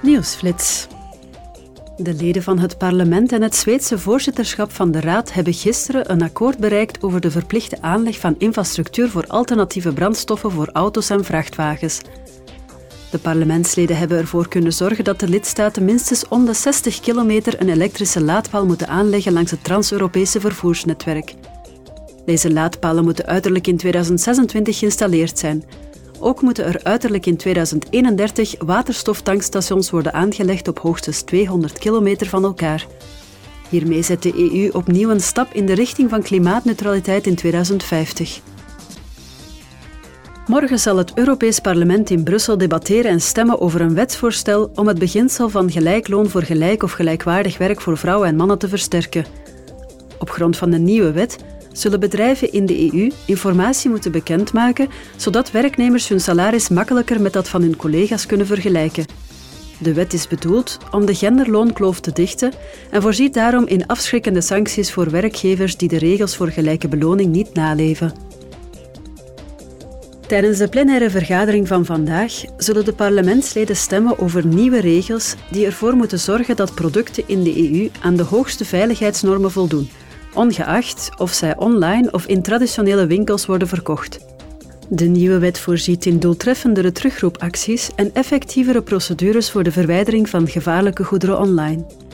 Nieuwsflits. De leden van het parlement en het Zweedse voorzitterschap van de Raad hebben gisteren een akkoord bereikt over de verplichte aanleg van infrastructuur voor alternatieve brandstoffen voor auto's en vrachtwagens. De parlementsleden hebben ervoor kunnen zorgen dat de lidstaten minstens om de 60 kilometer een elektrische laadpaal moeten aanleggen langs het trans-Europese vervoersnetwerk. Deze laadpalen moeten uiterlijk in 2026 geïnstalleerd zijn. Ook moeten er uiterlijk in 2031 waterstoftankstations worden aangelegd op hoogstens 200 kilometer van elkaar. Hiermee zet de EU opnieuw een stap in de richting van klimaatneutraliteit in 2050. Morgen zal het Europees Parlement in Brussel debatteren en stemmen over een wetsvoorstel om het beginsel van gelijk loon voor gelijk of gelijkwaardig werk voor vrouwen en mannen te versterken. Op grond van de nieuwe wet zullen bedrijven in de EU informatie moeten bekendmaken, zodat werknemers hun salaris makkelijker met dat van hun collega's kunnen vergelijken. De wet is bedoeld om de genderloonkloof te dichten en voorziet daarom in afschrikkende sancties voor werkgevers die de regels voor gelijke beloning niet naleven. Tijdens de plenaire vergadering van vandaag zullen de parlementsleden stemmen over nieuwe regels die ervoor moeten zorgen dat producten in de EU aan de hoogste veiligheidsnormen voldoen, ongeacht of zij online of in traditionele winkels worden verkocht. De nieuwe wet voorziet in doeltreffendere terugroepacties en effectievere procedures voor de verwijdering van gevaarlijke goederen online.